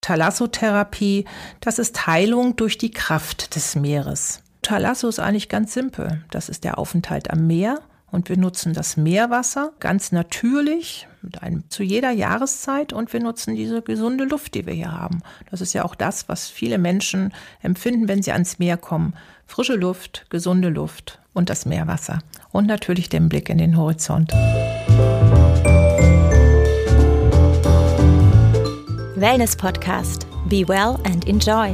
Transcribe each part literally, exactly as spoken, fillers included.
Thalassotherapie, das ist Heilung durch die Kraft des Meeres. Thalasso ist eigentlich ganz simpel. Das ist der Aufenthalt am Meer und wir nutzen das Meerwasser ganz natürlich mit einem, zu jeder Jahreszeit und wir nutzen diese gesunde Luft, die wir hier haben. Das ist ja auch das, was viele Menschen empfinden, wenn sie ans Meer kommen. Frische Luft, gesunde Luft und das Meerwasser und natürlich den Blick in den Horizont. Wellness Podcast. Be well and enjoy.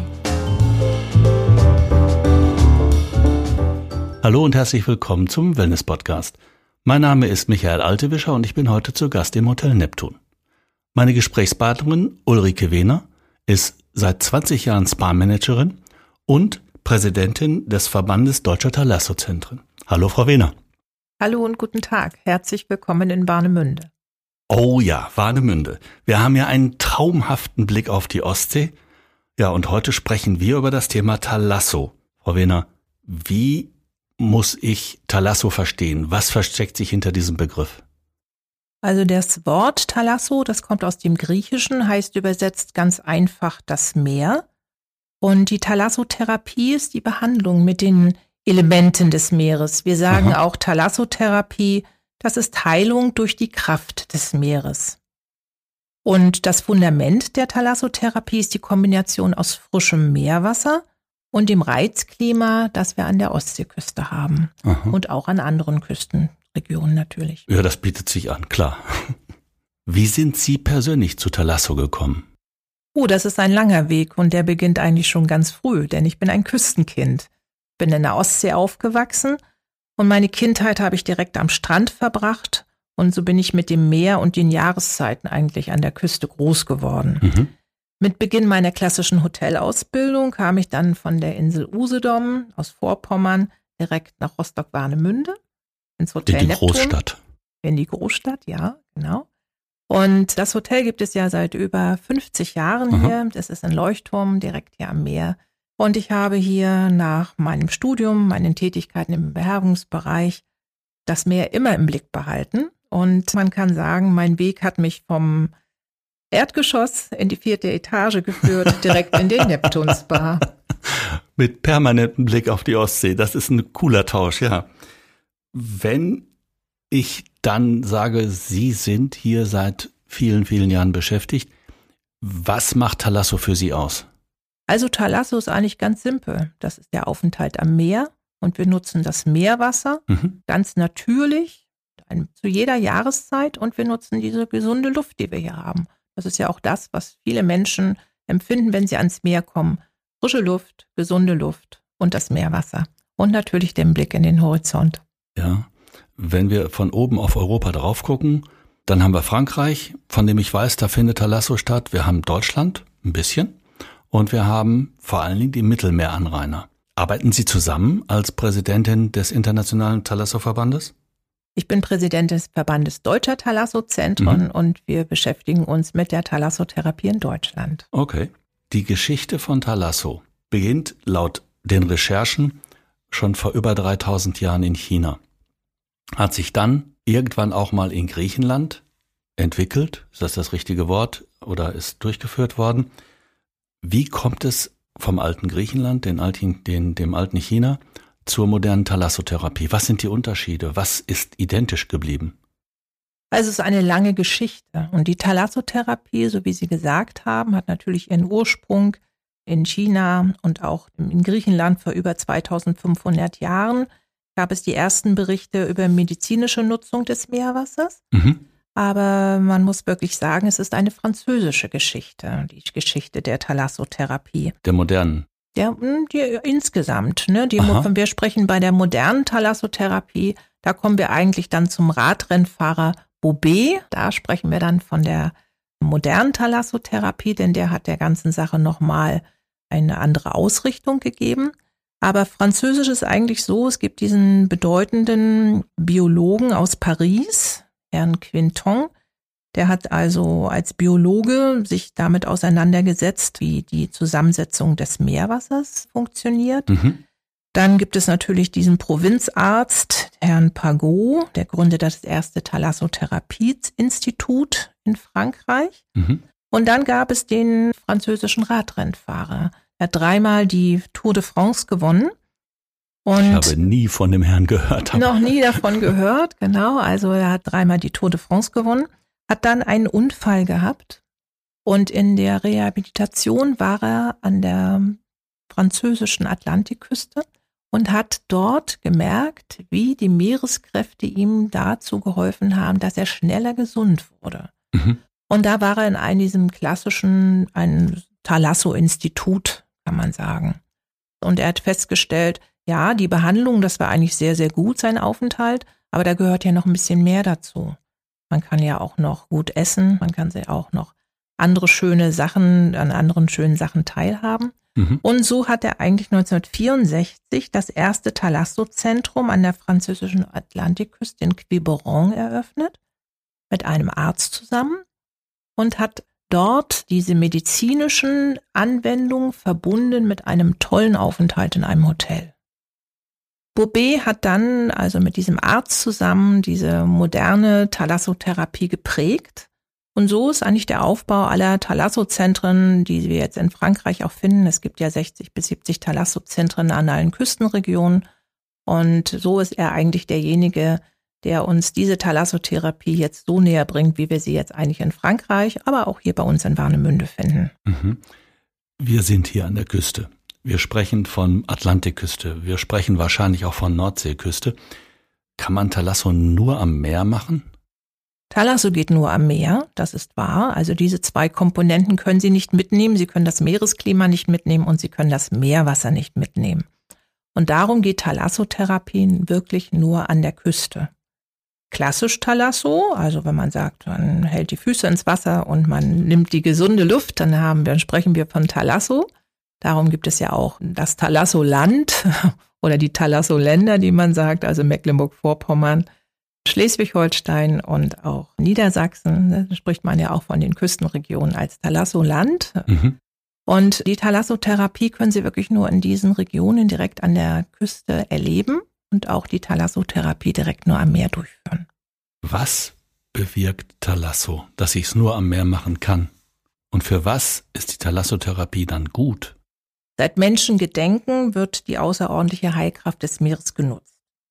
Hallo und herzlich willkommen zum Wellness Podcast. Mein Name ist Michael Altewischer und ich bin heute zu Gast im Hotel Neptun. Meine Gesprächspartnerin Ulrike Wehner ist seit zwanzig Jahren Spa-Managerin und Präsidentin des Verbandes Deutscher Thalasso-Zentren. Hallo Frau Wehner. Hallo und guten Tag. Herzlich willkommen in Warnemünde. Oh ja, Warnemünde. Wir haben ja einen traumhaften Blick auf die Ostsee. Ja, und heute sprechen wir über das Thema Thalasso. Frau Wehner, wie muss ich Thalasso verstehen? Was versteckt sich hinter diesem Begriff? Also das Wort Thalasso, das kommt aus dem Griechischen, heißt übersetzt ganz einfach das Meer. Und die Thalassotherapie ist die Behandlung mit den Elementen des Meeres. Wir sagen Aha. auch Thalassotherapie, das ist Heilung durch die Kraft des Meeres. Und das Fundament der Thalassotherapie ist die Kombination aus frischem Meerwasser und dem Reizklima, das wir an der Ostseeküste haben. Aha. Und auch an anderen Küstenregionen natürlich. Ja, das bietet sich an, klar. Wie sind Sie persönlich zu Thalasso gekommen? Oh, das ist ein langer Weg und der beginnt eigentlich schon ganz früh, denn ich bin ein Küstenkind. Bin in der Ostsee aufgewachsen und meine Kindheit habe ich direkt am Strand verbracht und so bin ich mit dem Meer und den Jahreszeiten eigentlich an der Küste groß geworden. Mhm. Mit Beginn meiner klassischen Hotelausbildung kam ich dann von der Insel Usedom aus Vorpommern direkt nach Rostock-Warnemünde ins Hotel In die Neptun. Großstadt. In die Großstadt, ja, genau. Und das Hotel gibt es ja seit über fünfzig Jahren Aha. hier. Das ist ein Leuchtturm direkt hier am Meer. Und ich habe hier nach meinem Studium, meinen Tätigkeiten im Bewerbungsbereich das Meer immer im Blick behalten. Und man kann sagen, mein Weg hat mich vom Erdgeschoss in die vierte Etage geführt, direkt in den Neptun-Spa. Mit permanentem Blick auf die Ostsee, das ist ein cooler Tausch, ja. Wenn ich dann sage, Sie sind hier seit vielen, vielen Jahren beschäftigt, was macht Thalasso für Sie aus? Also Thalasso ist eigentlich ganz simpel. Das ist der Aufenthalt am Meer und wir nutzen das Meerwasser mhm. ganz natürlich zu jeder Jahreszeit und wir nutzen diese gesunde Luft, die wir hier haben. Das ist ja auch das, was viele Menschen empfinden, wenn sie ans Meer kommen. Frische Luft, gesunde Luft und das Meerwasser. Und natürlich den Blick in den Horizont. Ja, wenn wir von oben auf Europa drauf gucken, dann haben wir Frankreich, von dem ich weiß, da findet Thalasso statt. Wir haben Deutschland, ein bisschen. Und wir haben vor allen Dingen die Mittelmeeranrainer. Arbeiten Sie zusammen als Präsidentin des Internationalen Thalasso-Verbandes? Ich bin Präsident des Verbandes Deutscher Thalasso-Zentren mhm. und wir beschäftigen uns mit der Thalassotherapie in Deutschland. Okay. Die Geschichte von Thalasso beginnt laut den Recherchen schon vor über dreitausend Jahren in China. Hat sich dann irgendwann auch mal in Griechenland entwickelt. Ist das das richtige Wort? Oder ist durchgeführt worden? Wie kommt es vom alten Griechenland, den alten, den, dem alten China, zur modernen Thalassotherapie? Was sind die Unterschiede? Was ist identisch geblieben? Also es ist eine lange Geschichte. Und die Thalassotherapie, so wie Sie gesagt haben, hat natürlich ihren Ursprung in China und auch in Griechenland vor über zweitausendfünfhundert Jahren. Gab es die ersten Berichte über medizinische Nutzung des Meerwassers. Mhm. Aber man muss wirklich sagen, es ist eine französische Geschichte, die Geschichte der Thalassotherapie. Der modernen? Der, die, insgesamt. Ne? Die, wir sprechen bei der modernen Thalassotherapie, da kommen wir eigentlich dann zum Radrennfahrer Bobet. Da sprechen wir dann von der modernen Thalassotherapie, denn der hat der ganzen Sache nochmal eine andere Ausrichtung gegeben. Aber Französisch ist eigentlich so, es gibt diesen bedeutenden Biologen aus Paris, Herrn Quinton, der hat also als Biologe sich damit auseinandergesetzt, wie die Zusammensetzung des Meerwassers funktioniert. Mhm. Dann gibt es natürlich diesen Provinzarzt, Herrn Pagot, der gründet das erste Thalassotherapie-Institut in Frankreich. Mhm. Und dann gab es den französischen Radrennfahrer. Er hat dreimal die Tour de France gewonnen. Und ich habe nie von dem Herrn gehört. Noch nie davon gehört, genau. Also er hat dreimal die Tour de France gewonnen, hat dann einen Unfall gehabt. Und in der Rehabilitation war er an der französischen Atlantikküste und hat dort gemerkt, wie die Meereskräfte ihm dazu geholfen haben, dass er schneller gesund wurde. Mhm. Und da war er in einem diesem klassischen, ein Thalasso-Institut, kann man sagen. Und er hat festgestellt, ja, die Behandlung, das war eigentlich sehr, sehr gut, sein Aufenthalt, aber da gehört ja noch ein bisschen mehr dazu. Man kann ja auch noch gut essen, man kann ja auch noch andere schöne Sachen, an anderen schönen Sachen teilhaben. Mhm. Und so hat er eigentlich neunzehnhundertvierundsechzig das erste Thalasso-Zentrum an der französischen Atlantikküste in Quiberon eröffnet, mit einem Arzt zusammen und hat dort diese medizinischen Anwendungen verbunden mit einem tollen Aufenthalt in einem Hotel. Bobet hat dann also mit diesem Arzt zusammen diese moderne Thalassotherapie geprägt. Und so ist eigentlich der Aufbau aller Thalasso-Zentren, die wir jetzt in Frankreich auch finden. Es gibt ja sechzig bis siebzig Thalasso-Zentren an allen Küstenregionen. Und so ist er eigentlich derjenige, der uns diese Thalassotherapie jetzt so näher bringt, wie wir sie jetzt eigentlich in Frankreich, aber auch hier bei uns in Warnemünde finden. Mhm. Wir sind hier an der Küste. Wir sprechen von Atlantikküste. Wir sprechen wahrscheinlich auch von Nordseeküste. Kann man Thalasso nur am Meer machen? Thalasso geht nur am Meer, das ist wahr. Also diese zwei Komponenten können Sie nicht mitnehmen. Sie können das Meeresklima nicht mitnehmen und Sie können das Meerwasser nicht mitnehmen. Und darum geht Thalassotherapie wirklich nur an der Küste. Klassisch Thalasso, also wenn man sagt, man hält die Füße ins Wasser und man nimmt die gesunde Luft, dann haben wir, sprechen wir von Thalasso. Darum gibt es ja auch das Thalasso-Land oder die Thalasso-Länder, die man sagt, also Mecklenburg-Vorpommern, Schleswig-Holstein und auch Niedersachsen. Da spricht man ja auch von den Küstenregionen als Thalasso-Land. Mhm. Und die Thalassotherapie können Sie wirklich nur in diesen Regionen direkt an der Küste erleben und auch die Thalassotherapie direkt nur am Meer durchführen. Was bewirkt Thalasso, dass ich es nur am Meer machen kann? Und für was ist die Thalassotherapie dann gut? Seit Menschengedenken wird die außerordentliche Heilkraft des Meeres genutzt.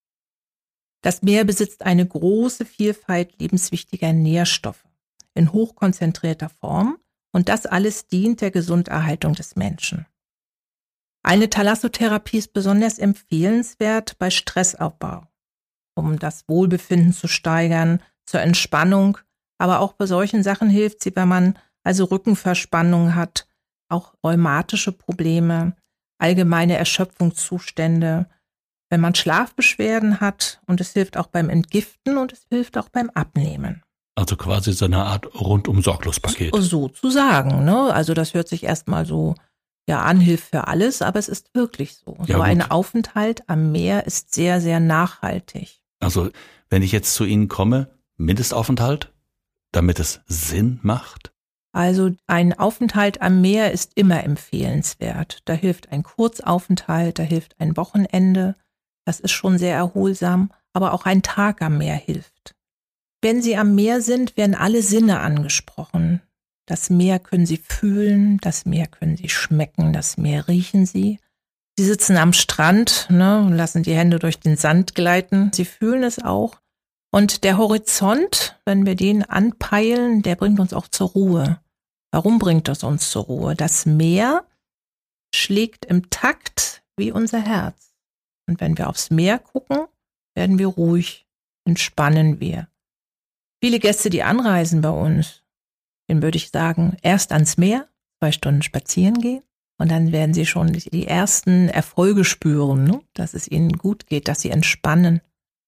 Das Meer besitzt eine große Vielfalt lebenswichtiger Nährstoffe in hochkonzentrierter Form und das alles dient der Gesunderhaltung des Menschen. Eine Thalassotherapie ist besonders empfehlenswert bei Stressabbau, um das Wohlbefinden zu steigern, zur Entspannung, aber auch bei solchen Sachen hilft sie, wenn man also Rückenverspannung hat, auch rheumatische Probleme, allgemeine Erschöpfungszustände, wenn man Schlafbeschwerden hat und es hilft auch beim Entgiften und es hilft auch beim Abnehmen. Also quasi so eine Art Rundum-Sorglos-Paket. So, sozusagen, ne? Also das hört sich erstmal so ja an, hilft für alles, aber es ist wirklich so. Ja, so ein Aufenthalt am Meer ist sehr, sehr nachhaltig. Also wenn ich jetzt zu Ihnen komme, Mindestaufenthalt, damit es Sinn macht? Also ein Aufenthalt am Meer ist immer empfehlenswert. Da hilft ein Kurzaufenthalt, da hilft ein Wochenende. Das ist schon sehr erholsam, aber auch ein Tag am Meer hilft. Wenn Sie am Meer sind, werden alle Sinne angesprochen. Das Meer können Sie fühlen, das Meer können Sie schmecken, das Meer riechen Sie. Sie sitzen am Strand, ne, und lassen die Hände durch den Sand gleiten. Sie fühlen es auch. Und der Horizont, wenn wir den anpeilen, der bringt uns auch zur Ruhe. Warum bringt das uns zur Ruhe? Das Meer schlägt im Takt wie unser Herz. Und wenn wir aufs Meer gucken, werden wir ruhig, entspannen wir. Viele Gäste, die anreisen bei uns, denen würde ich sagen, erst ans Meer, zwei Stunden spazieren gehen und dann werden sie schon die ersten Erfolge spüren, ne? Dass es ihnen gut geht, dass sie entspannen.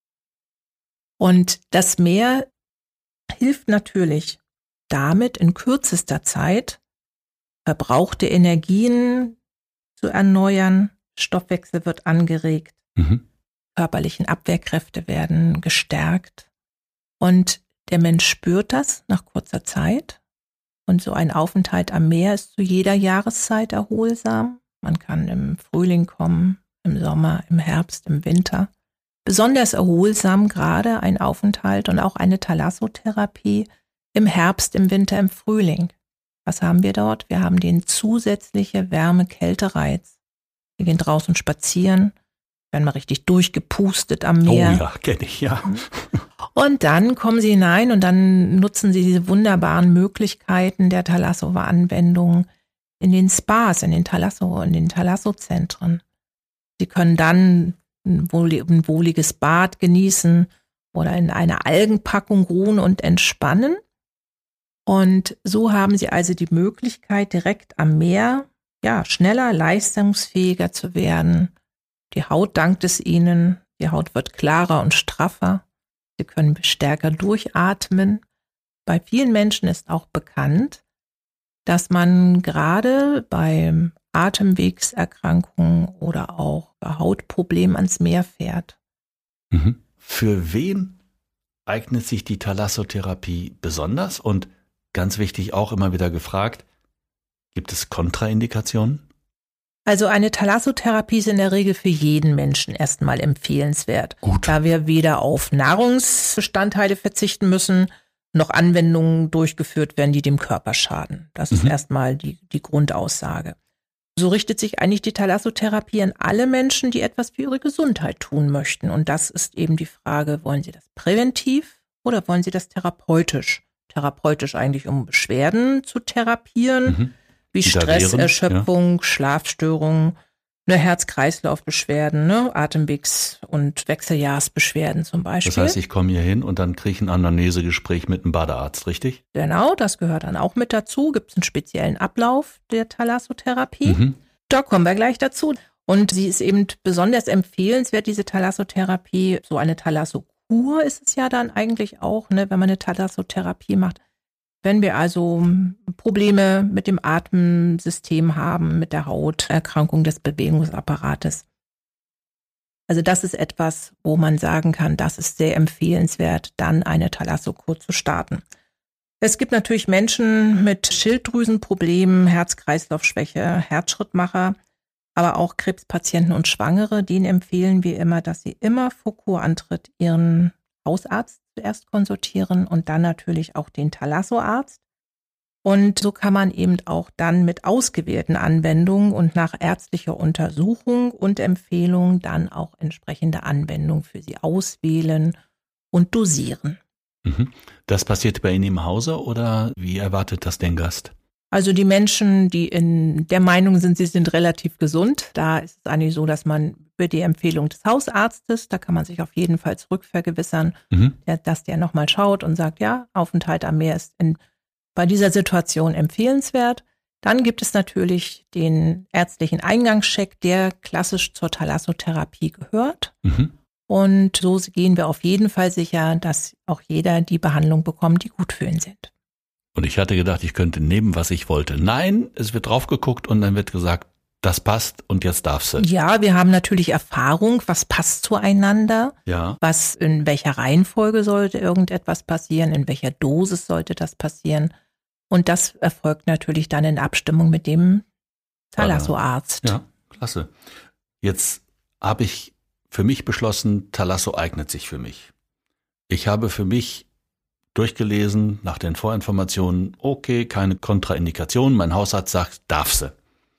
Und das Meer hilft natürlich damit in kürzester Zeit verbrauchte Energien zu erneuern, Stoffwechsel wird angeregt, mhm. körperlichen Abwehrkräfte werden gestärkt und der Mensch spürt das nach kurzer Zeit und so ein Aufenthalt am Meer ist zu jeder Jahreszeit erholsam. Man kann im Frühling kommen, im Sommer, im Herbst, im Winter. Besonders erholsam gerade ein Aufenthalt und auch eine Thalassotherapie im Herbst, im Winter, im Frühling, Was haben wir dort? Wir haben den zusätzliche Wärme-Kälte-Reiz. Wir gehen draußen spazieren, werden mal richtig durchgepustet am Meer. Oh ja, kenne ich, ja. Und dann kommen Sie hinein und dann nutzen Sie diese wunderbaren Möglichkeiten der Thalasso-Anwendung in den Spas, in den Thalasso, in den Thalasso-Zentren. Sie können dann ein, wohlig, ein wohliges Bad genießen oder in einer Algenpackung ruhen und entspannen. Und so haben Sie also die Möglichkeit, direkt am Meer ja, schneller, leistungsfähiger zu werden. Die Haut dankt es Ihnen. Die Haut wird klarer und straffer. Sie können stärker durchatmen. Bei vielen Menschen ist auch bekannt, dass man gerade bei Atemwegserkrankungen oder auch bei Hautproblemen ans Meer fährt. Mhm. Für wen eignet sich die Thalassotherapie besonders? Und ganz wichtig, auch immer wieder gefragt, gibt es Kontraindikationen? Also eine Thalassotherapie ist in der Regel für jeden Menschen erstmal empfehlenswert, Gut. Da wir weder auf Nahrungsbestandteile verzichten müssen, noch Anwendungen durchgeführt werden, die dem Körper schaden. Das ist Mhm. erstmal die, die Grundaussage. So richtet sich eigentlich die Thalassotherapie an alle Menschen, die etwas für ihre Gesundheit tun möchten. Und das ist eben die Frage, wollen Sie das präventiv oder wollen Sie das therapeutisch? Therapeutisch eigentlich, um Beschwerden zu therapieren, Mhm. wie Die da Stress, wären, Erschöpfung, Schlafstörungen, ne, Herz-Kreislauf-Beschwerden, ne, Atemwegs- und Wechseljahrsbeschwerden zum Beispiel. Das heißt, ich komme hier hin und dann kriege ich ein Anamnesegespräch mit einem Badearzt, richtig? Genau, das gehört dann auch mit dazu. Gibt es einen speziellen Ablauf der Thalassotherapie. Mhm. Da kommen wir gleich dazu. Und sie ist eben besonders empfehlenswert, diese Thalassotherapie. So eine Thalassokur ist es ja dann eigentlich auch, ne, wenn man eine Thalassotherapie macht. Wenn wir also Probleme mit dem Atemsystem haben, mit der Hauterkrankung des Bewegungsapparates. Also das ist etwas, wo man sagen kann, das ist sehr empfehlenswert, dann eine Thalassokur zu starten. Es gibt natürlich Menschen mit Schilddrüsenproblemen, Herz-Kreislauf-Schwäche, Herzschrittmacher, aber auch Krebspatienten und Schwangere. Denen empfehlen wir immer, dass sie immer vor Kurantritt ihren Hausarzt zuerst konsultieren und dann natürlich auch den Thalassoarzt. Und so kann man eben auch dann mit ausgewählten Anwendungen und nach ärztlicher Untersuchung und Empfehlung dann auch entsprechende Anwendungen für sie auswählen und dosieren. Mhm. Das passiert bei Ihnen im Hause oder wie erwartet das den Gast? Also die Menschen, die in der Meinung sind, sie sind relativ gesund, da ist es eigentlich so, dass man über die Empfehlung des Hausarztes, da kann man sich auf jeden Fall zurückvergewissern, Mhm. der, dass der nochmal schaut und sagt, ja, Aufenthalt am Meer ist in, bei dieser Situation empfehlenswert. Dann gibt es natürlich den ärztlichen Eingangscheck, der klassisch zur Thalassotherapie gehört. Mhm. Und so gehen wir auf jeden Fall sicher, dass auch jeder die Behandlung bekommt, die gut für ihn sind. Und ich hatte gedacht, ich könnte nehmen, was ich wollte. Nein, es wird drauf geguckt und dann wird gesagt, das passt und jetzt darfst du. Ja, wir haben natürlich Erfahrung, was passt zueinander, Ja. was in welcher Reihenfolge sollte irgendetwas passieren, in welcher Dosis sollte das passieren. Und das erfolgt natürlich dann in Abstimmung mit dem Thalassoarzt. Ja, klasse. Jetzt habe ich für mich beschlossen, Thalasso eignet sich für mich. Ich habe für mich durchgelesen, nach den Vorinformationen, okay, keine Kontraindikation, mein Hausarzt sagt, darf sie.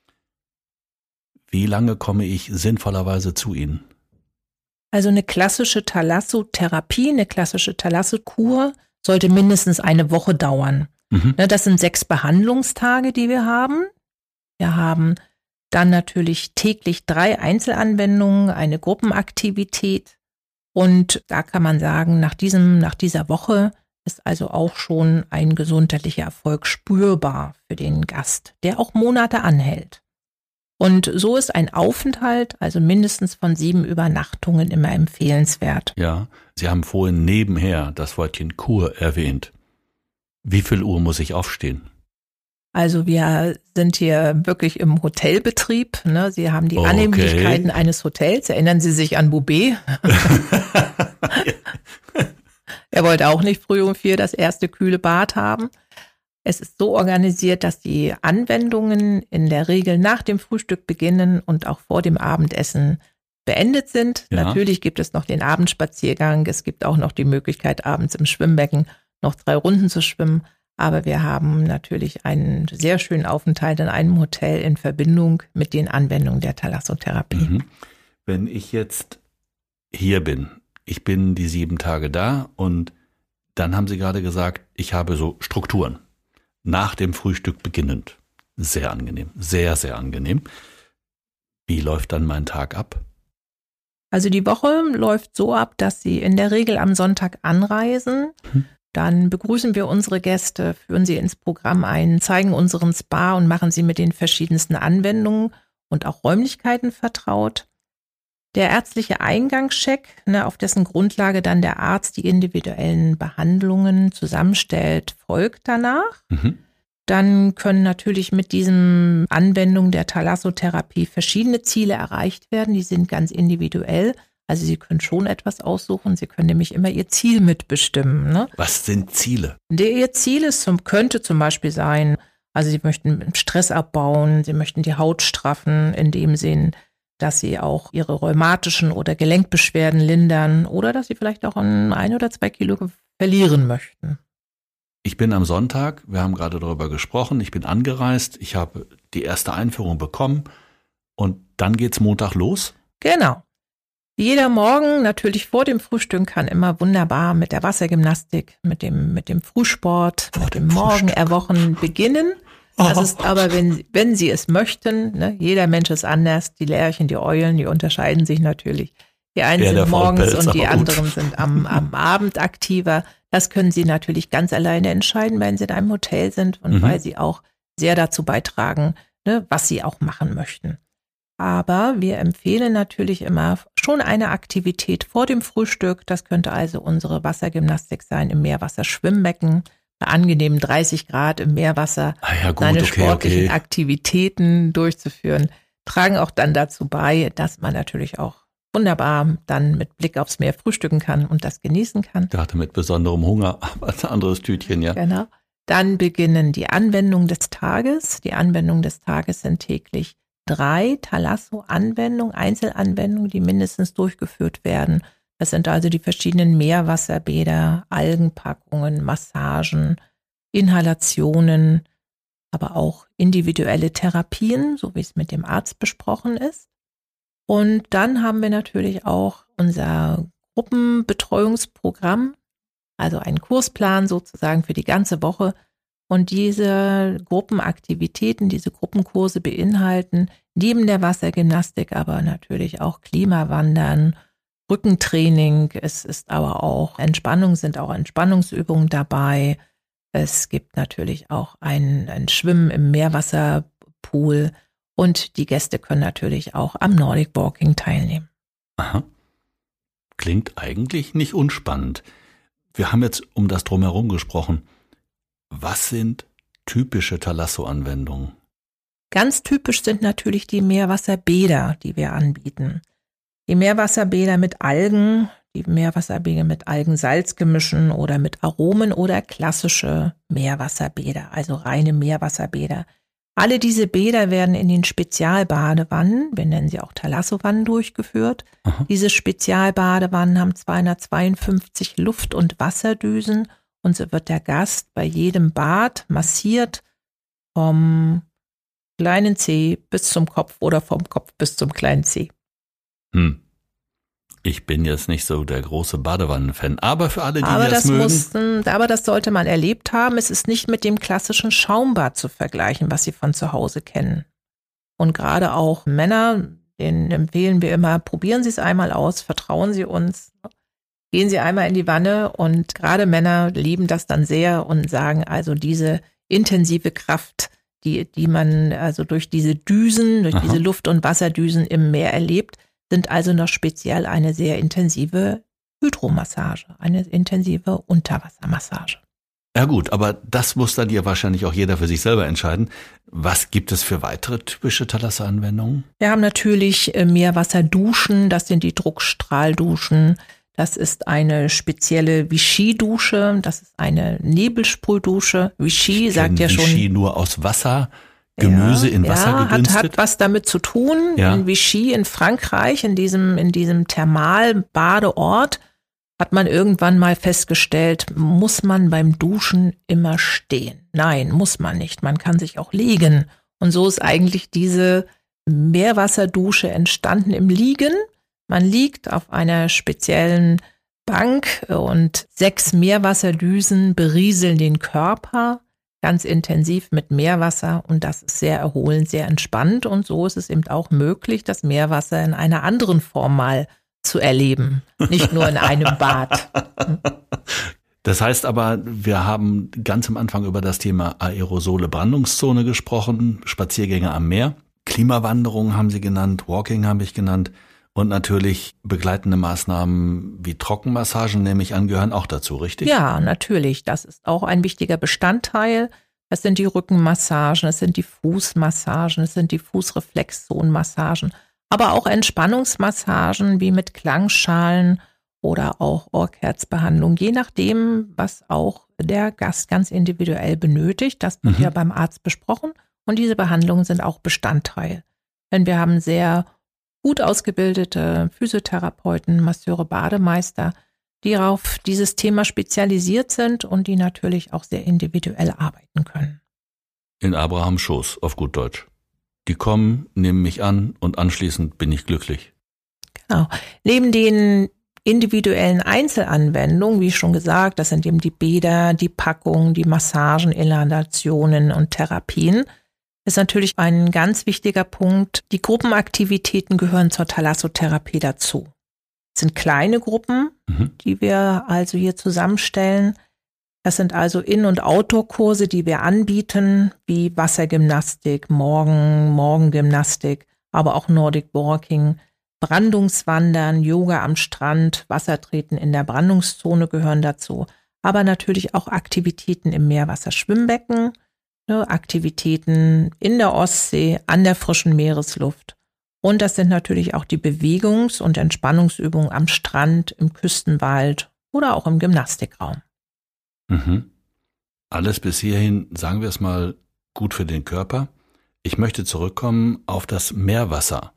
Wie lange komme ich sinnvollerweise zu Ihnen? Also eine klassische Thalassotherapie, eine klassische Thalassokur sollte mindestens eine Woche dauern. Mhm. Das sind sechs Behandlungstage, die wir haben. Wir haben dann natürlich täglich drei Einzelanwendungen, eine Gruppenaktivität. Und da kann man sagen, nach diesem, nach dieser Woche ist also auch schon ein gesundheitlicher Erfolg spürbar für den Gast, der auch Monate anhält. Und so ist ein Aufenthalt, also mindestens von sieben Übernachtungen, immer empfehlenswert. Ja, Sie haben vorhin nebenher das Wörtchen Kur erwähnt. Wie viel Uhr muss ich aufstehen? Also wir sind hier wirklich im Hotelbetrieb. Ne? Sie haben die Okay. Annehmlichkeiten eines Hotels. Erinnern Sie sich an Boubé? Er wollte auch nicht früh um vier das erste kühle Bad haben. Es ist so organisiert, dass die Anwendungen in der Regel nach dem Frühstück beginnen und auch vor dem Abendessen beendet sind. Ja. Natürlich gibt es noch den Abendspaziergang. Es gibt auch noch die Möglichkeit, abends im Schwimmbecken noch drei Runden zu schwimmen. Aber wir haben natürlich einen sehr schönen Aufenthalt in einem Hotel in Verbindung mit den Anwendungen der Thalassotherapie. Mhm. Wenn ich jetzt hier bin, ich bin die sieben Tage da und dann haben Sie gerade gesagt, ich habe so Strukturen. Nach dem Frühstück beginnend. Sehr angenehm, sehr, sehr angenehm. Wie läuft dann mein Tag ab? Also die Woche läuft so ab, dass Sie in der Regel am Sonntag anreisen. Hm. Dann begrüßen wir unsere Gäste, führen sie ins Programm ein, zeigen unseren Spa und machen sie mit den verschiedensten Anwendungen und auch Räumlichkeiten vertraut. Der ärztliche Eingangscheck, ne, auf dessen Grundlage dann der Arzt die individuellen Behandlungen zusammenstellt, folgt danach. Mhm. Dann können natürlich mit diesem Anwendung der Thalassotherapie verschiedene Ziele erreicht werden. Die sind ganz individuell. Also Sie können schon etwas aussuchen. Sie können nämlich immer Ihr Ziel mitbestimmen. Ne? Was sind Ziele? Der, Ihr Ziel ist zum, könnte zum Beispiel sein, also Sie möchten Stress abbauen, Sie möchten die Haut straffen, in dem Sinn, dass Sie auch Ihre rheumatischen oder Gelenkbeschwerden lindern oder dass Sie vielleicht auch ein, ein oder zwei Kilo verlieren möchten. Ich bin am Sonntag, wir haben gerade darüber gesprochen, ich bin angereist, ich habe die erste Einführung bekommen und dann geht's Montag los? Genau. Jeder Morgen, natürlich vor dem Frühstück, kann immer wunderbar mit der Wassergymnastik, mit dem, mit dem Frühsport, vor mit dem Morgenerwochen beginnen. Das oh. ist aber, wenn, wenn Sie es möchten, ne, jeder Mensch ist anders, die Lerchen, die Eulen, die unterscheiden sich natürlich. Die einen ja, sind morgens und die anderen gut. sind am, am Abend aktiver. Das können Sie natürlich ganz alleine entscheiden, wenn Sie in einem Hotel sind und mhm. weil Sie auch sehr dazu beitragen, ne, was Sie auch machen möchten. Aber wir empfehlen natürlich immer schon eine Aktivität vor dem Frühstück. Das könnte also unsere Wassergymnastik sein, im Meerwasser-Schwimmbecken, bei angenehmen dreißig Grad im Meerwasser, ah ja, gut, seine okay, sportlichen okay. Aktivitäten durchzuführen, tragen auch dann dazu bei, dass man natürlich auch wunderbar dann mit Blick aufs Meer frühstücken kann und das genießen kann. Ich dachte mit besonderem Hunger, aber ein anderes Tütchen, ja. Genau. Dann beginnen die Anwendungen des Tages. Die Anwendungen des Tages sind täglich drei Thalasso-Anwendungen, Einzelanwendungen, die mindestens durchgeführt werden. Das sind also die verschiedenen Meerwasserbäder, Algenpackungen, Massagen, Inhalationen, aber auch individuelle Therapien, so wie es mit dem Arzt besprochen ist. Und dann haben wir natürlich auch unser Gruppenbetreuungsprogramm, also einen Kursplan sozusagen für die ganze Woche. Und diese Gruppenaktivitäten, diese Gruppenkurse beinhalten neben der Wassergymnastik aber natürlich auch Klimawandern, Rückentraining. Es ist aber auch Entspannung, sind auch Entspannungsübungen dabei. Es gibt natürlich auch ein, ein Schwimmen im Meerwasserpool und die Gäste können natürlich auch am Nordic Walking teilnehmen. Aha. Klingt eigentlich nicht unspannend. Wir haben jetzt um das Drumherum gesprochen. Was sind typische Thalasso-Anwendungen? Ganz typisch sind natürlich die Meerwasserbäder, die wir anbieten. Die Meerwasserbäder mit Algen, die Meerwasserbäder mit Algensalzgemischen oder mit Aromen oder klassische Meerwasserbäder, also reine Meerwasserbäder. Alle diese Bäder werden in den Spezialbadewannen, wir nennen sie auch Thalasso-Wannen, durchgeführt. Aha. Diese Spezialbadewannen haben zweihundertzweiundfünfzig Luft- und Wasserdüsen und so wird der Gast bei jedem Bad massiert vom kleinen Zeh bis zum Kopf oder vom Kopf bis zum kleinen Zeh. Hm. Ich bin jetzt nicht so der große Badewannen-Fan, aber für alle, die aber das, das mögen. Mussten, aber das sollte man erlebt haben. Es ist nicht mit dem klassischen Schaumbad zu vergleichen, was Sie von zu Hause kennen. Und gerade auch Männer, denen empfehlen wir immer, probieren Sie es einmal aus, vertrauen Sie uns. Gehen Sie einmal in die Wanne und gerade Männer lieben das dann sehr und sagen also diese intensive Kraft, die, die man also durch diese Düsen, durch Aha. diese Luft- und Wasserdüsen im Meer erlebt, sind also noch speziell eine sehr intensive Hydromassage, eine intensive Unterwassermassage. Ja gut, aber das muss dann ja wahrscheinlich auch jeder für sich selber entscheiden. Was gibt es für weitere typische Thalasso-Anwendungen? Wir haben natürlich Meerwasserduschen, das sind die Druckstrahlduschen. Das ist eine spezielle Vichy-Dusche, das ist eine Nebelsprühdusche. Vichy ich sagt ja Vichy schon. Vichy nur aus Wasser, Gemüse ja, in Wasser ja, gedünstet. Hat, hat was damit zu tun. Ja. In Vichy in Frankreich, in diesem, in diesem Thermalbadeort, hat man irgendwann mal festgestellt, muss man beim Duschen immer stehen? Nein, muss man nicht. Man kann sich auch legen. Und so ist eigentlich diese Meerwasserdusche entstanden im Liegen. Man liegt auf einer speziellen Bank und sechs Meerwasserdüsen berieseln den Körper ganz intensiv mit Meerwasser und das ist sehr erholend, sehr entspannt und so ist es eben auch möglich, das Meerwasser in einer anderen Form mal zu erleben, nicht nur in einem Bad. Das heißt aber, wir haben ganz am Anfang über das Thema Aerosole Brandungszone gesprochen, Spaziergänge am Meer, Klimawanderung haben Sie genannt, Walking habe ich genannt und natürlich begleitende Maßnahmen wie Trockenmassagen, nehme ich an, gehören auch dazu, richtig? Ja, natürlich, das ist auch ein wichtiger Bestandteil. Das sind die Rückenmassagen, das sind die Fußmassagen, das sind die Fußreflexzonenmassagen. Aber auch Entspannungsmassagen wie mit Klangschalen oder auch Ohrkerzbehandlung, je nachdem, was auch der Gast ganz individuell benötigt. Das wird mhm. ja beim Arzt besprochen und diese Behandlungen sind auch Bestandteil. Denn wir haben sehr gut ausgebildete Physiotherapeuten, Masseure, Bademeister, die auf dieses Thema spezialisiert sind und die natürlich auch sehr individuell arbeiten können. In Abrahams Schoß, auf gut Deutsch. Die kommen, nehmen mich an und anschließend bin ich glücklich. Genau. Neben den individuellen Einzelanwendungen, wie schon gesagt, das sind eben die Bäder, die Packungen, die Massagen, Inhalationen und Therapien, ist natürlich ein ganz wichtiger Punkt. Die Gruppenaktivitäten gehören zur Thalassotherapie dazu. Es sind kleine Gruppen, mhm. die wir also hier zusammenstellen. Das sind also In- und Outdoor-Kurse, die wir anbieten, wie Wassergymnastik, Morgen, Morgengymnastik, aber auch Nordic Walking, Brandungswandern, Yoga am Strand, Wassertreten in der Brandungszone gehören dazu. Aber natürlich auch Aktivitäten im Meerwasserschwimmbecken, ne, Aktivitäten in der Ostsee, an der frischen Meeresluft. Und das sind natürlich auch die Bewegungs- und Entspannungsübungen am Strand, im Küstenwald oder auch im Gymnastikraum. Mhm. Alles bis hierhin, sagen wir es mal, gut für den Körper. Ich möchte zurückkommen auf das Meerwasser.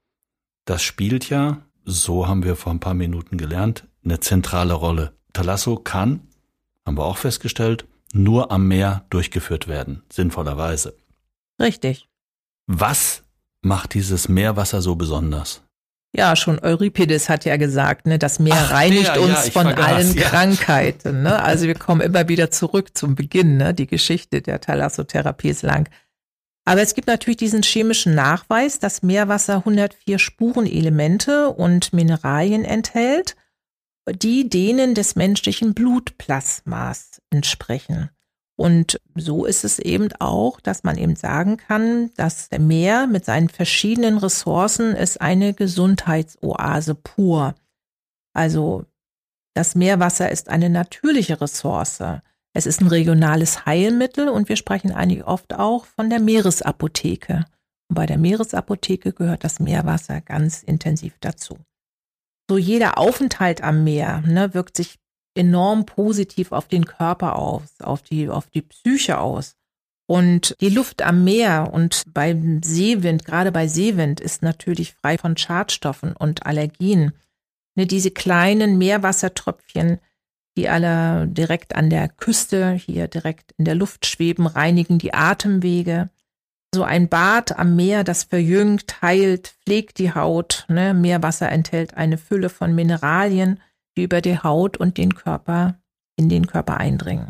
Das spielt ja, so haben wir vor ein paar Minuten gelernt, eine zentrale Rolle. Thalasso kann, haben wir auch festgestellt, nur am Meer durchgeführt werden, sinnvollerweise. Richtig. Was macht dieses Meerwasser so besonders? Ja, schon Euripides hat ja gesagt, ne, das Meer Ach, reinigt der, uns ja, von vergaß, allen ja. Krankheiten. Ne? Also wir kommen immer wieder zurück zum Beginn. Ne? Die Geschichte der Thalassotherapie ist lang. Aber es gibt natürlich diesen chemischen Nachweis, dass Meerwasser hundertvier Spurenelemente und Mineralien enthält, die denen des menschlichen Blutplasmas entsprechen. Und so ist es eben auch, dass man eben sagen kann, dass der Meer mit seinen verschiedenen Ressourcen ist eine Gesundheitsoase pur. Also das Meerwasser ist eine natürliche Ressource. Es ist ein regionales Heilmittel und wir sprechen eigentlich oft auch von der Meeresapotheke. Und bei der Meeresapotheke gehört das Meerwasser ganz intensiv dazu. So jeder Aufenthalt am Meer, ne, wirkt sich enorm positiv auf den Körper aus, auf die, auf die Psyche aus. Und die Luft am Meer und beim Seewind, gerade bei Seewind, ist natürlich frei von Schadstoffen und Allergien. Ne, diese kleinen Meerwassertröpfchen, die alle direkt an der Küste, hier direkt in der Luft schweben, reinigen die Atemwege. So ein Bad am Meer, das verjüngt, heilt, pflegt die Haut. Ne? Meerwasser enthält eine Fülle von Mineralien, die über die Haut und den Körper, in den Körper eindringen.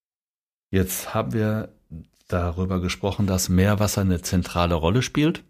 Jetzt haben wir darüber gesprochen, dass Meerwasser eine zentrale Rolle spielt.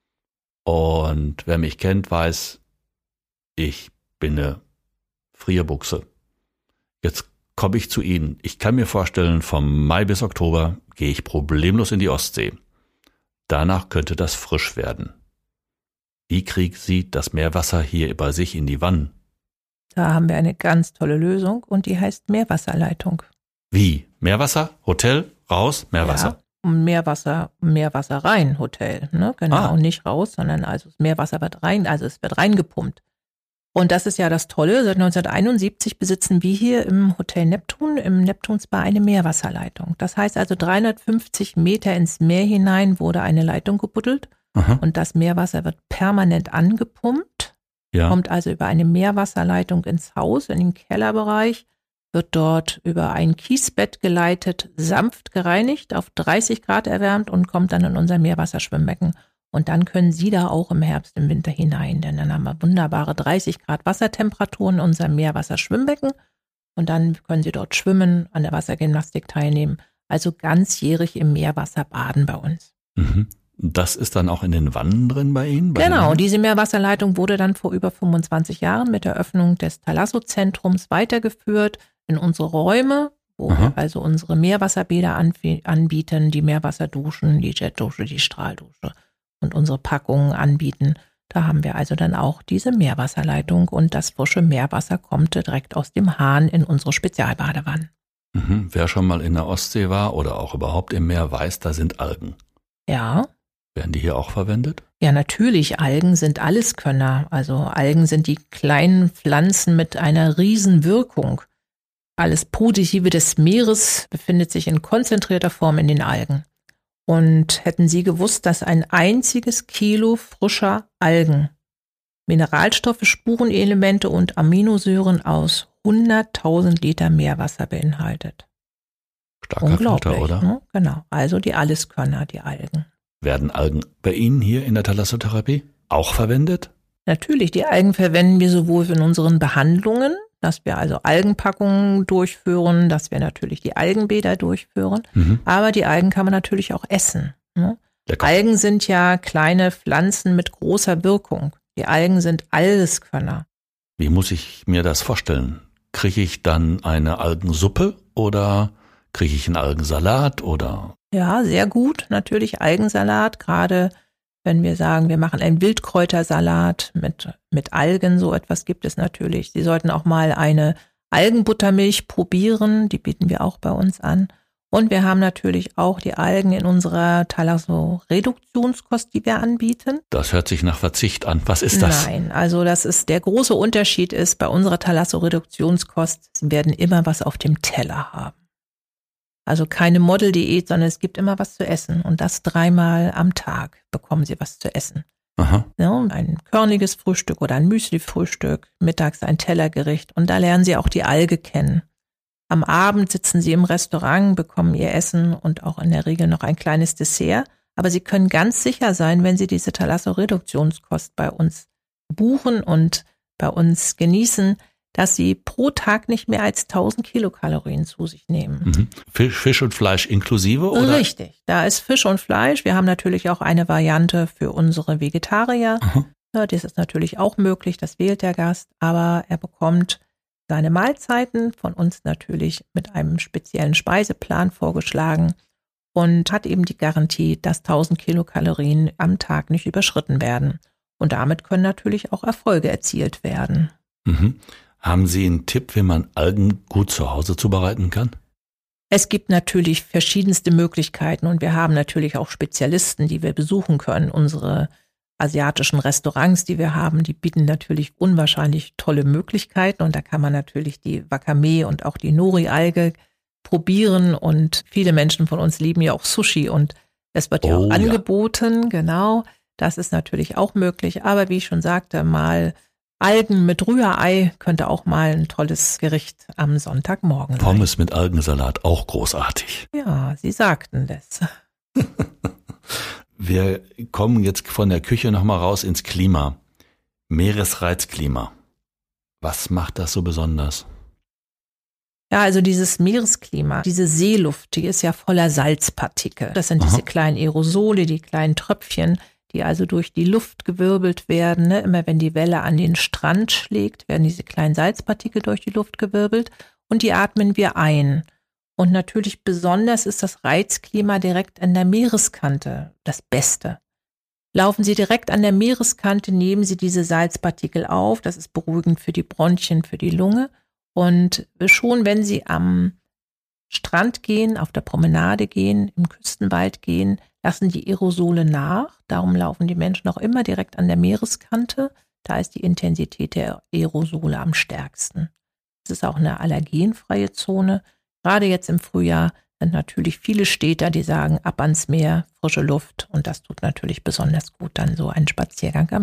Und wer mich kennt, weiß, ich bin eine Frierbuchse. Jetzt komme ich zu Ihnen. Ich kann mir vorstellen, vom Mai bis Oktober gehe ich problemlos in die Ostsee. Danach könnte das frisch werden. Wie kriegen Sie das Meerwasser hier bei sich in die Wannen? Da haben wir eine ganz tolle Lösung und die heißt Meerwasserleitung. Wie? Meerwasser? Hotel? Raus? Meerwasser? Ja, Meerwasser, Meerwasser rein, Hotel. Ne? Genau, Ah. nicht raus, sondern also das Meerwasser wird rein, also es wird reingepumpt. Und das ist ja das Tolle, seit neunzehnhunderteinundsiebzig besitzen wir hier im Hotel Neptun, im Neptunspa eine Meerwasserleitung. Das heißt also dreihundertfünfzig Meter ins Meer hinein wurde eine Leitung gebuddelt. Aha. Und das Meerwasser wird permanent angepumpt Ja. Kommt also über eine Meerwasserleitung ins Haus, in den Kellerbereich, wird dort über ein Kiesbett geleitet, sanft gereinigt, auf dreißig Grad erwärmt und kommt dann in unser Meerwasserschwimmbecken. Und dann können Sie da auch im Herbst, im Winter hinein, denn dann haben wir wunderbare dreißig Grad Wassertemperaturen in unserem Meerwasserschwimmbecken und dann können Sie dort schwimmen, an der Wassergymnastik teilnehmen, also ganzjährig im Meerwasser baden bei uns. Mhm. Das ist dann auch in den Wannen drin bei Ihnen? Bei Genau, diese Meerwasserleitung wurde dann vor über fünfundzwanzig Jahren mit der Öffnung des Thalasso-Zentrums weitergeführt in unsere Räume, wo Aha. wir also unsere Meerwasserbäder anbieten, die Meerwasserduschen, die Jetdusche, die Strahldusche und unsere Packungen anbieten. Da haben wir also dann auch diese Meerwasserleitung und das frische Meerwasser kommt direkt aus dem Hahn in unsere Spezialbadewannen. Mhm. Wer schon mal in der Ostsee war oder auch überhaupt im Meer weiß, da sind Algen. Ja. Werden die hier auch verwendet? Ja, natürlich. Algen sind Alleskönner. Also Algen sind die kleinen Pflanzen mit einer riesen Wirkung. Alles Positive des Meeres befindet sich in konzentrierter Form in den Algen. Und hätten Sie gewusst, dass ein einziges Kilo frischer Algen Mineralstoffe, Spurenelemente und Aminosäuren aus hunderttausend Liter Meerwasser beinhaltet? Starker Unglaublich, Filter, oder? Ne? Genau, also die Alleskönner, die Algen. Werden Algen bei Ihnen hier in der Thalassotherapie auch verwendet? Natürlich, die Algen verwenden wir sowohl in unseren Behandlungen, dass wir also Algenpackungen durchführen, dass wir natürlich die Algenbäder durchführen, Mhm. aber die Algen kann man natürlich auch essen. Ne? Lecker. Algen sind ja kleine Pflanzen mit großer Wirkung. Die Algen sind Alleskönner. Wie muss ich mir das vorstellen? Kriege ich dann eine Algensuppe oder kriege ich einen Algensalat oder? Ja, sehr gut, natürlich Algensalat, gerade wenn wir sagen, wir machen einen Wildkräutersalat mit, mit Algen, so etwas gibt es natürlich. Sie sollten auch mal eine Algenbuttermilch probieren, die bieten wir auch bei uns an. Und wir haben natürlich auch die Algen in unserer Thalasso-Reduktionskost, die wir anbieten. Das hört sich nach Verzicht an. Was ist das? Nein, also das ist, der große Unterschied ist, bei unserer Thalasso-Reduktionskost werden immer was auf dem Teller haben. Also keine Modeldiät, sondern es gibt immer was zu essen. Und das dreimal am Tag bekommen Sie was zu essen. Aha. Ja, ein körniges Frühstück oder ein Müsli-Frühstück, mittags ein Tellergericht. Und da lernen Sie auch die Alge kennen. Am Abend sitzen Sie im Restaurant, bekommen Ihr Essen und auch in der Regel noch ein kleines Dessert. Aber Sie können ganz sicher sein, wenn Sie diese Thalasso-Reduktionskost bei uns buchen und bei uns genießen, dass Sie pro Tag nicht mehr als tausend Kilokalorien zu sich nehmen. Mhm. Fisch, Fisch und Fleisch inklusive, oder? Richtig, da ist Fisch und Fleisch. Wir haben natürlich auch eine Variante für unsere Vegetarier. Aha. Ja, das ist natürlich auch möglich, das wählt der Gast, aber er bekommt seine Mahlzeiten von uns natürlich mit einem speziellen Speiseplan vorgeschlagen und hat eben die Garantie, dass tausend Kilokalorien am Tag nicht überschritten werden. Und damit können natürlich auch Erfolge erzielt werden. Mhm. Haben Sie einen Tipp, wie man Algen gut zu Hause zubereiten kann? Es gibt natürlich verschiedenste Möglichkeiten und wir haben natürlich auch Spezialisten, die wir besuchen können. Unsere asiatischen Restaurants, die wir haben, die bieten natürlich unwahrscheinlich tolle Möglichkeiten und da kann man natürlich die Wakame und auch die Nori-Alge probieren und viele Menschen von uns lieben ja auch Sushi und es wird ja Oh, auch ja. angeboten, genau. Das ist natürlich auch möglich, aber wie ich schon sagte, mal Algen mit Rührei könnte auch mal ein tolles Gericht am Sonntagmorgen sein. Pommes mit Algensalat, auch großartig. Ja, Sie sagten das. Wir kommen jetzt von der Küche nochmal raus ins Klima. Meeresreizklima. Was macht das so besonders? Ja, also dieses Meeresklima, diese Seeluft, die ist ja voller Salzpartikel. Das sind Aha. diese kleinen Aerosole, die kleinen Tröpfchen, die also durch die Luft gewirbelt werden. Ne? Immer wenn die Welle an den Strand schlägt, werden diese kleinen Salzpartikel durch die Luft gewirbelt und die atmen wir ein. Und natürlich besonders ist das Reizklima direkt an der Meereskante das Beste. Laufen Sie direkt an der Meereskante, nehmen Sie diese Salzpartikel auf. Das ist beruhigend für die Bronchien, für die Lunge. Und schon wenn Sie am Strand gehen, auf der Promenade gehen, im Küstenwald gehen, lassen die Aerosole nach. Darum laufen die Menschen auch immer direkt an der Meereskante. Da ist die Intensität der Aerosole am stärksten. Es ist auch eine allergenfreie Zone. Gerade jetzt im Frühjahr sind natürlich viele Städter, die sagen, ab ans Meer, frische Luft. Und das tut natürlich besonders gut, dann so einen Spaziergang am Meer.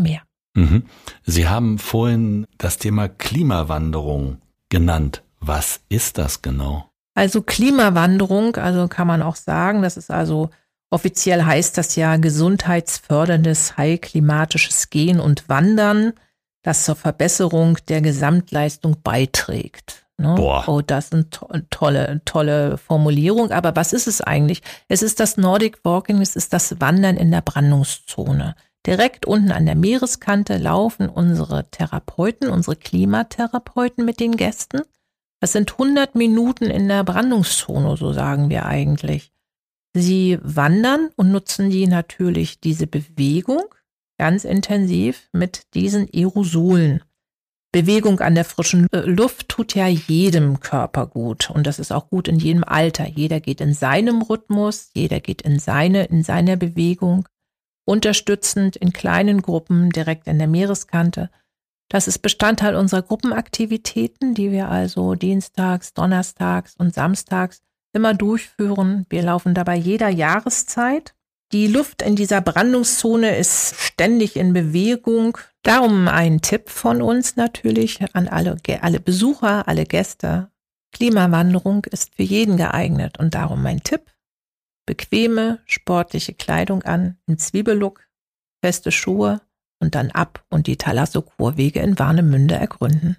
Mhm. Sie haben vorhin das Thema Klimawanderung genannt. Was ist das genau? Also Klimawanderung, also kann man auch sagen, das ist also, offiziell heißt das ja gesundheitsförderndes, heilklimatisches Gehen und Wandern, das zur Verbesserung der Gesamtleistung beiträgt. Ne? Boah. Oh, das ist eine to- tolle, tolle Formulierung. Aber was ist es eigentlich? Es ist das Nordic Walking, es ist das Wandern in der Brandungszone. Direkt unten an der Meereskante laufen unsere Therapeuten, unsere Klimatherapeuten mit den Gästen. Das sind hundert Minuten in der Brandungszone, so sagen wir eigentlich. Sie wandern und nutzen die natürlich diese Bewegung ganz intensiv mit diesen Aerosolen. Bewegung an der frischen Luft tut ja jedem Körper gut und das ist auch gut in jedem Alter. Jeder geht in seinem Rhythmus, jeder geht in seine, in seiner Bewegung, unterstützend in kleinen Gruppen direkt an der Meereskante. Das ist Bestandteil unserer Gruppenaktivitäten, die wir also dienstags, donnerstags und samstags immer durchführen. Wir laufen dabei jeder Jahreszeit. Die Luft in dieser Brandungszone ist ständig in Bewegung. Darum ein Tipp von uns natürlich an alle, alle Besucher, alle Gäste. Klimawanderung ist für jeden geeignet und darum mein Tipp. Bequeme, sportliche Kleidung an, im Zwiebellook, feste Schuhe und dann ab und die Thalasso-Kurwege in Warnemünde ergründen.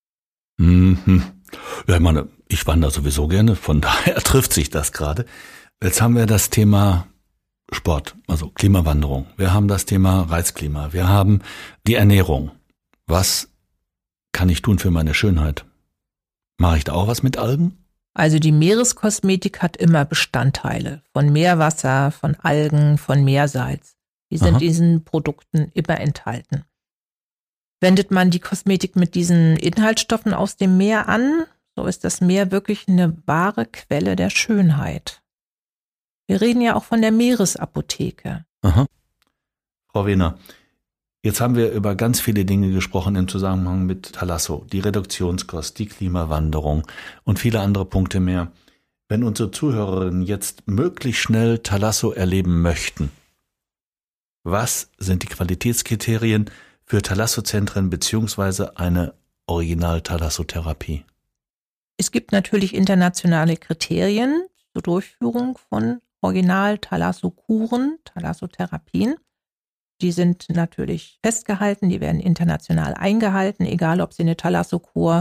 Mhm. Ja, ich meine, ich wandere sowieso gerne, von daher trifft sich das gerade. Jetzt haben wir das Thema Sport, also Klimawanderung. Wir haben das Thema Reizklima. Wir haben die Ernährung. Was kann ich tun für meine Schönheit? Mache ich da auch was mit Algen? Also die Meereskosmetik hat immer Bestandteile von Meerwasser, von Algen, von Meersalz. Die sind in diesen Produkten immer enthalten. Wendet man die Kosmetik mit diesen Inhaltsstoffen aus dem Meer an, so ist das Meer wirklich eine wahre Quelle der Schönheit. Wir reden ja auch von der Meeresapotheke. Aha. Frau Wehner, jetzt haben wir über ganz viele Dinge gesprochen im Zusammenhang mit Thalasso, die Reduktionskost, die Klimawanderung und viele andere Punkte mehr. Wenn unsere Zuhörerinnen jetzt möglichst schnell Thalasso erleben möchten, was sind die Qualitätskriterien für Thalasso-Zentren beziehungsweise eine Original-Thalasso-Therapie? Es gibt natürlich internationale Kriterien zur Durchführung von Original-Thalasso-Kuren, Thalasso-Therapien. Die sind natürlich festgehalten, die werden international eingehalten, egal ob Sie eine Thalasso-Kur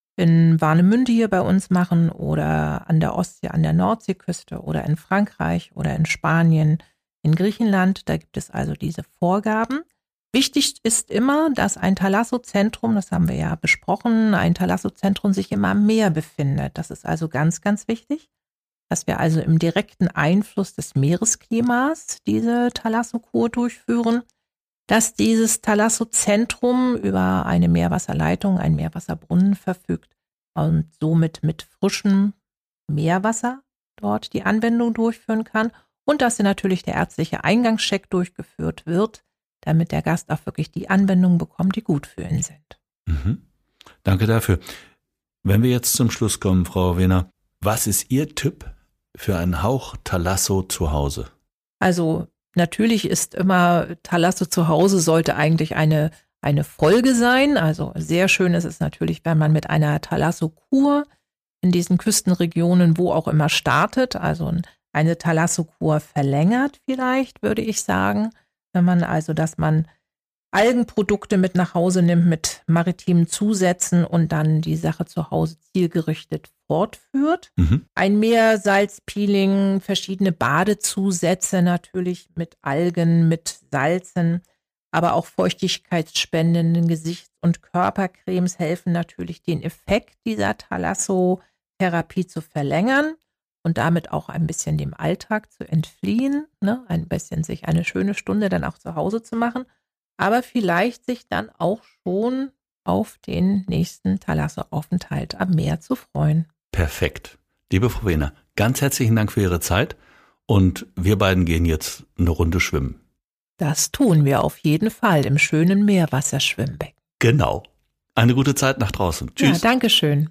in Warnemünde hier bei uns machen oder an der Ostsee, an der Nordseeküste oder in Frankreich oder in Spanien, in Griechenland. Da gibt es also diese Vorgaben. Wichtig ist immer, dass ein Thalasso-Zentrum, das haben wir ja besprochen, ein Thalasso-Zentrum sich immer am Meer befindet. Das ist also ganz, ganz wichtig, dass wir also im direkten Einfluss des Meeresklimas diese Thalasso-Kur durchführen, dass dieses Thalasso-Zentrum über eine Meerwasserleitung, einen Meerwasserbrunnen verfügt und somit mit frischem Meerwasser dort die Anwendung durchführen kann und dass natürlich der ärztliche Eingangscheck durchgeführt wird, damit der Gast auch wirklich die Anwendungen bekommt, die gut für ihn sind. Mhm. Danke dafür. Wenn wir jetzt zum Schluss kommen, Frau Wehner, was ist Ihr Tipp für einen Hauch Thalasso zu Hause? Also natürlich ist immer Thalasso zu Hause sollte eigentlich eine, eine Folge sein. Also sehr schön ist es natürlich, wenn man mit einer Thalasso-Kur in diesen Küstenregionen, wo auch immer startet, also eine Thalasso-Kur verlängert vielleicht, würde ich sagen. Wenn man also, dass man Algenprodukte mit nach Hause nimmt mit maritimen Zusätzen und dann die Sache zu Hause zielgerichtet fortführt. Mhm. Ein Meersalzpeeling, verschiedene Badezusätze natürlich mit Algen, mit Salzen, aber auch feuchtigkeitsspendenden Gesichts- und Körpercremes helfen natürlich, den Effekt dieser Thalasso-Therapie zu verlängern und damit auch ein bisschen dem Alltag zu entfliehen, ne? Ein bisschen sich eine schöne Stunde dann auch zu Hause zu machen, aber vielleicht sich dann auch schon auf den nächsten Thalasso-Aufenthalt am Meer zu freuen. Perfekt. Liebe Frau Wehner, ganz herzlichen Dank für Ihre Zeit und wir beiden gehen jetzt eine Runde schwimmen. Das tun wir auf jeden Fall im schönen Meerwasserschwimmbecken. Genau. Eine gute Zeit nach draußen. Tschüss. Ja, danke schön.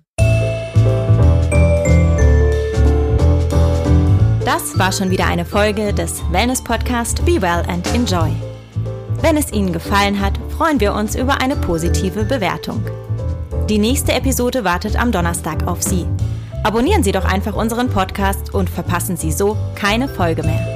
Das war schon wieder eine Folge des Wellness-Podcast Be Well and Enjoy. Wenn es Ihnen gefallen hat, freuen wir uns über eine positive Bewertung. Die nächste Episode wartet am Donnerstag auf Sie. Abonnieren Sie doch einfach unseren Podcast und verpassen Sie so keine Folge mehr.